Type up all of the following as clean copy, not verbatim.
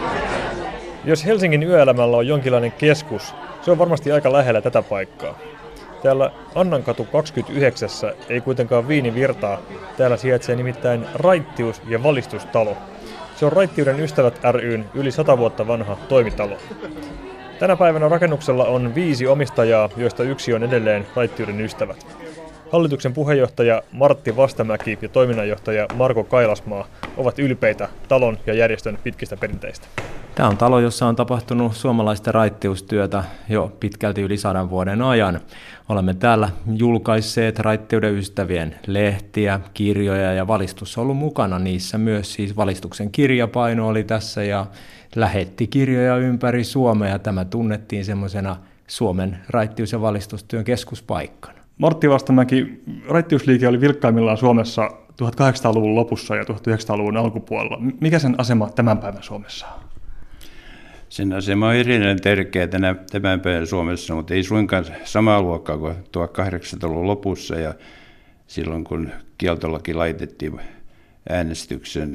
Jos Helsingin yöelämällä on jonkinlainen keskus, se on varmasti aika lähellä tätä paikkaa. Täällä Annankatu 29 ei kuitenkaan viini virtaa. Täällä sijaitsee nimittäin Raittius- ja valistustalo. Se on Raittiuden ystävät ry:n yli 100 vuotta vanha toimitalo. Tänä päivänä rakennuksella on 5 omistajaa, joista yksi on edelleen Raittiuden ystävät. Hallituksen puheenjohtaja Martti Vastamäki ja toiminnanjohtaja Marko Kailasmaa ovat ylpeitä talon ja järjestön pitkistä perinteistä. Tämä on talo, jossa on tapahtunut suomalaista raittiustyötä jo pitkälti yli 100 vuoden ajan. Olemme täällä julkaisseet Raittiuden ystävien lehtiä, kirjoja ja valistus on ollut mukana niissä myös. Siis valistuksen kirjapaino oli tässä ja lähetti kirjoja ympäri Suomea. Tämä tunnettiin semmoisena Suomen raittius- ja valistustyön keskuspaikkana. Martti Vastamäki, raittiusliike oli vilkkaimmillaan Suomessa 1800-luvun lopussa ja 1900-luvun alkupuolella. Mikä sen asema tämän päivän Suomessa on? Sen asema on erittäin tärkeä tämän päivän Suomessa, mutta ei suinkaan samaa luokkaa kuin 1800-luvun lopussa ja silloin kun kieltolaki laitettiin äänestyksen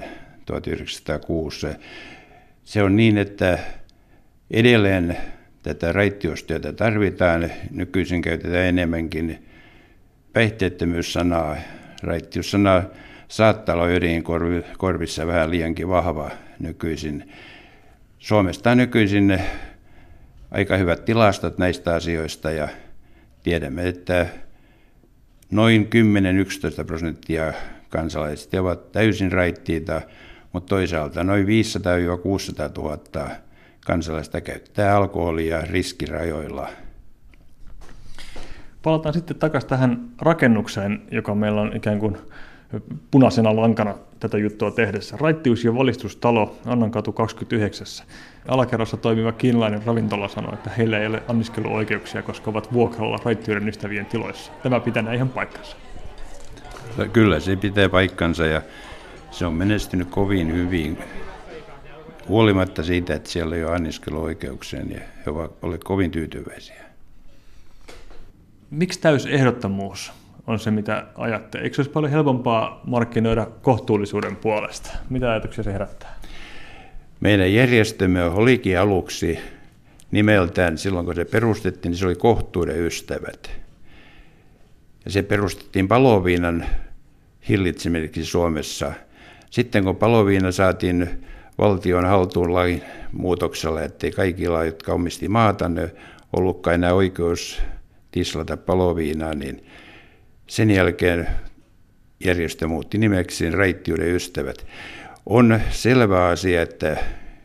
1906. Se on niin, että edelleen tätä raittiustyötä tarvitaan. Nykyisin käytetään enemmänkin päihteettömyyssanaa. Raittiussana saattaa olla joidenkin korvissa vähän liiankin vahva nykyisin. Suomesta on nykyisin aika hyvät tilastot näistä asioista ja tiedämme, että noin 10-11% kansalaisista ovat täysin raittiita, mutta toisaalta noin 500-600 000 kansalaista käyttää alkoholia riskirajoilla. Palataan sitten takaisin tähän rakennukseen, joka meillä on ikään kuin punaisena lankana tätä juttua tehdessä. Raittius- ja valistustalo, Annankatu 29. Alakerrassa toimiva kiinalainen ravintola sanoi, että heillä ei ole anniskeluoikeuksia, koska ovat vuokralla Raittiuden ystävien tiloissa. Tämä pitää ihan paikkansa. Kyllä, se pitää paikkansa ja se on menestynyt kovin hyvin. Huolimatta siitä, että siellä ei ole anniskeluoikeuksia, niin he ovat olleet kovin tyytyväisiä. Miksi täysehdottomuus on se, mitä ajattelee? Eikö se olisi paljon helpompaa markkinoida kohtuullisuuden puolesta? Mitä ajatuksia se herättää? Meidän järjestömme olikin aluksi nimeltään, silloin kun se perustettiin, niin se oli Kohtuuden ystävät. Ja se perustettiin paloviinan hillitsemiseksi Suomessa. Sitten kun paloviina saatiin valtion haltuun lain muutoksella, ettei kaikilla, jotka omisti maata, ne ollutkaan enää oikeus tislata paloviinaa, niin sen jälkeen järjestö muutti nimeksi Raittiuden ystävät. On selvä asia, että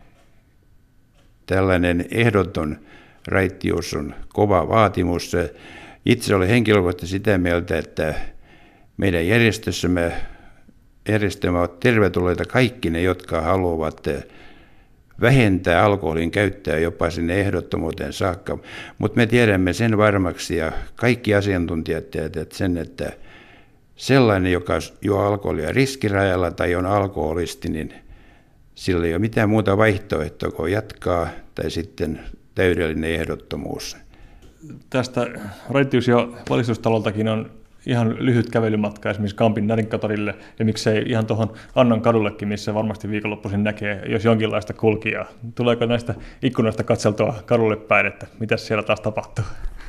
tällainen ehdoton raittius on kova vaatimus. Itse olen henkilökohtaisesti sitä mieltä, että meidän järjestömme ovat tervetulleita kaikki ne, jotka haluavat vähentää alkoholin käyttöä jopa sinne ehdottomuuteen saakka. Mutta me tiedämme sen varmaksi ja kaikki asiantuntijat tietävät sen, että sellainen, joka juo alkoholia riskirajalla tai on alkoholisti, niin sillä ei ole mitään muuta vaihtoehtoa kuin jatkaa tai sitten täydellinen ehdottomuus. Tästä raittius- ja valistustaloltakin on ihan lyhyt kävelymatka esimerkiksi Kampin Närinkatorille ja miksei ihan tuohon Annan kadullekin, missä varmasti viikonloppuisin näkee, jos jonkinlaista kulkijaa. Tuleeko näistä ikkunoista katseltua kadulle päin, että mitä siellä taas tapahtuu?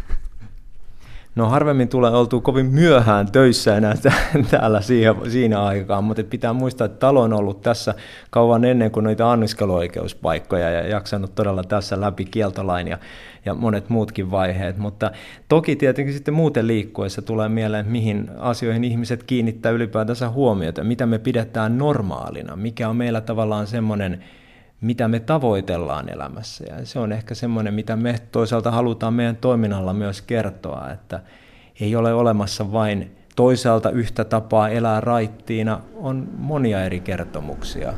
No harvemmin tulee oltua kovin myöhään töissä enää täällä siinä aikaan, mutta pitää muistaa, että talo on ollut tässä kauan ennen kuin noita anniskeluoikeuspaikkoja ja jaksanut todella tässä läpi kieltolain ja monet muutkin vaiheet, mutta toki tietenkin sitten muuten liikkuessa tulee mieleen, mihin asioihin ihmiset kiinnittää ylipäätänsä huomiota, mitä me pidetään normaalina, mikä on meillä tavallaan semmoinen, mitä me tavoitellaan elämässä. Ja se on ehkä semmoinen, mitä me toisaalta halutaan meidän toiminnalla myös kertoa, että ei ole olemassa vain toisaalta yhtä tapaa elää raittiina, on monia eri kertomuksia.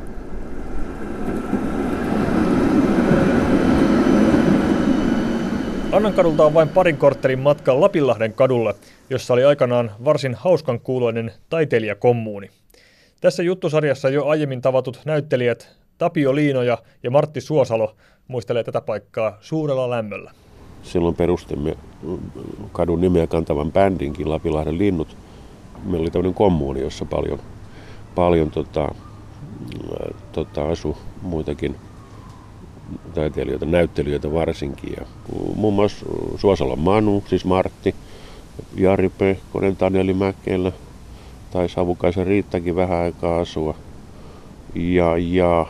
Annankadulta on vain parin korttelin matka Lapinlahden kadulle, jossa oli aikanaan varsin hauskan kuuloinen taiteilijakommuuni. Tässä juttusarjassa jo aiemmin tavatut näyttelijät Tapio Liinoja ja Martti Suosalo muistelee tätä paikkaa suurella lämmöllä. Silloin perustimme kadun nimeä kantavan bändinkin, Lapinlahden linnut. Meillä oli tämmöinen kommuuni, jossa paljon asui muitakin taiteilijoita, näyttelijöitä varsinkin. Ja muun muassa Suosalon Manu, siis Martti, Jari Pehkonen, Taneli Mäkelä, tai Savukaisen Riittakin vähän aikaa asua. Ja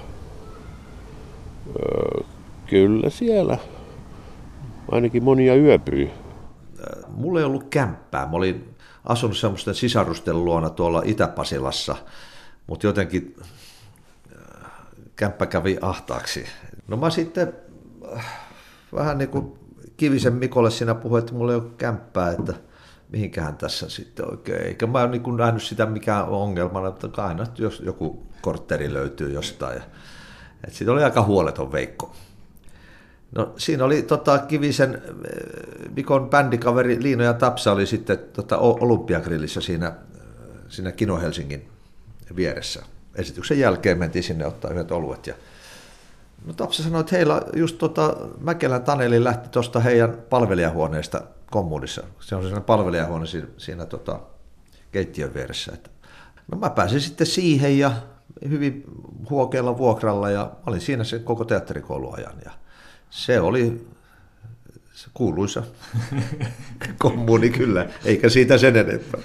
kyllä siellä ainakin monia yöpyi. Mulla ei ollut kämppää. Mä olin asunut semmoisten sisarusten luona tuolla Itä-Pasilassa, mutta jotenkin kämppä kävi ahtaaksi. No mä sitten vähän niin kuin Kivisen Mikolle siinä puhuin, että mulla ei ole kämppää, että mihinkähän tässä sitten oikein. Eikä mä niin kuin nähnyt sitä mikään ongelmana, että aina jos joku kortteri löytyy jostain. Siitä oli aika huoleton Veikko. No siinä oli Kivisen Mikon bändikaveri Liino ja Tapsa oli sitten Olympiagrillissä siinä Kino Helsingin vieressä. Esityksen jälkeen mentiin sinne ottaa yhdet oluet. No Tapsa sanoi, että heillä just Mäkelän Taneli lähti tuosta heidän palvelijahuoneesta kommunissa. Se on sellainen palvelijahuone siinä keittiön vieressä. No mä pääsin sitten siihen ja hyvin huokealla vuokralla ja olin siinä sen koko teatterikouluajan. Ja se oli kuuluisa kommuni kyllä, eikä siitä sen enempää.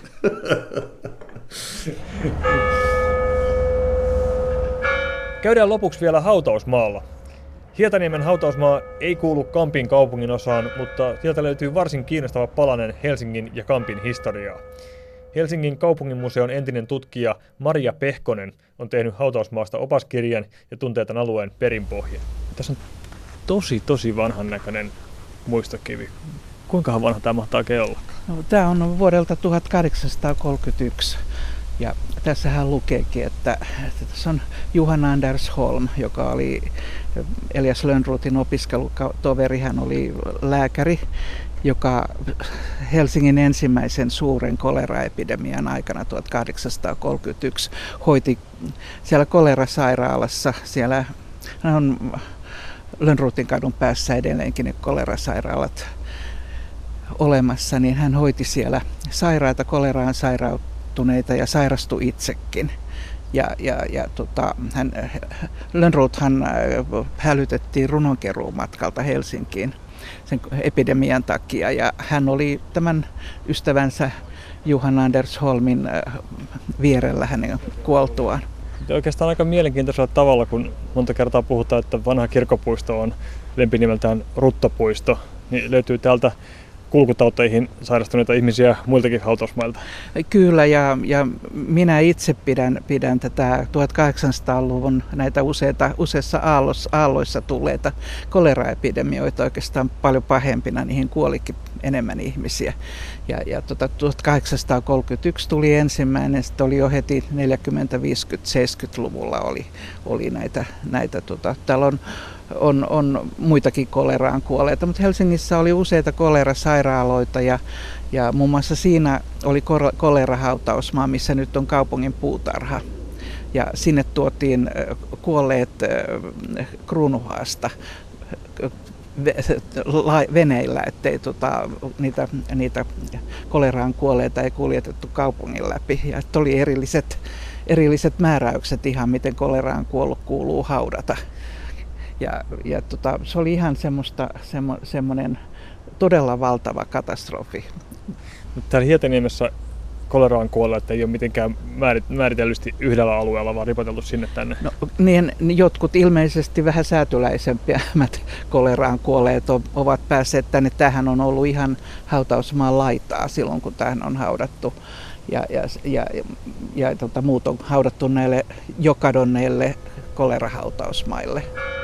Käydään lopuksi vielä hautausmaalla. Hietaniemen hautausmaa ei kuulu Kampin kaupungin osaan, mutta sieltä löytyy varsin kiinnostava palanen Helsingin ja Kampin historiaa. Helsingin kaupunginmuseon entinen tutkija Maria Pehkonen on tehnyt hautausmaasta opaskirjan ja tuntee tämän alueen perinpohjan. Tässä on tosi vanhan näköinen muistokivi. Kuinkahan vanha tämä mahtaa olla? No, tämä on vuodelta 1831. Ja tässähän lukeekin, että tässä on Johan Anders Holm, joka oli Elias Lönnrotin opiskelutoveri. Hän oli lääkäri, joka Helsingin ensimmäisen suuren koleraepidemian aikana 1831 hoiti siellä kolerasairaalassa. Siellä on Lönnrotin kadun päässä edelleenkin ne kolerasairaalat olemassa, niin hän hoiti siellä sairaita, koleraan sairautuneita ja sairastui itsekin. Lönnrothan hälytettiin runonkeruun matkalta Helsinkiin sen epidemian takia, ja hän oli tämän ystävänsä Johan Anders Holmin vierellä hänen kuoltuaan. Oikeastaan aika mielenkiintoisella tavalla, kun monta kertaa puhutaan, että vanha kirkkopuisto on lempinimeltään Ruttopuisto, niin löytyy täältä kulkutauteihin sairastuneita ihmisiä muiltakin hautausmailta. Kyllä, ja minä itse pidän tätä 1800-luvun näitä useissa aalloissa tulleita koleraepidemioita oikeastaan paljon pahempina, niihin kuolikin enemmän ihmisiä. Ja 1831 tuli ensimmäinen, sitten oli jo heti 40, 50, 70-luvulla oli näitä täällä on muitakin koleraan kuolleita, mutta Helsingissä oli useita kolerasairaaloita ja muun muassa siinä oli kolerahautausmaa, missä nyt on kaupungin puutarha. Ja sinne tuotiin kuolleet Kruunuhaasta veneillä, ettei niitä koleraan kuolleita ei kuljetettu kaupungin läpi. Ja oli erilliset määräykset ihan, miten koleraan kuollut kuuluu haudata. Se oli ihan semmoinen todella valtava katastrofi. Täällä Hietaniemessä koleraan kuolleet ei ole mitenkään määritellysti yhdellä alueella, vaan ripoteltu sinne tänne. No, niin jotkut ilmeisesti vähän säätyläisempät koleraan kuolleet ovat päässeet tänne. Tämähän on ollut ihan hautausmaan laitaa silloin, kun tähän on haudattu. Muut on haudattu näille jo kadonneille kolerahautausmaille.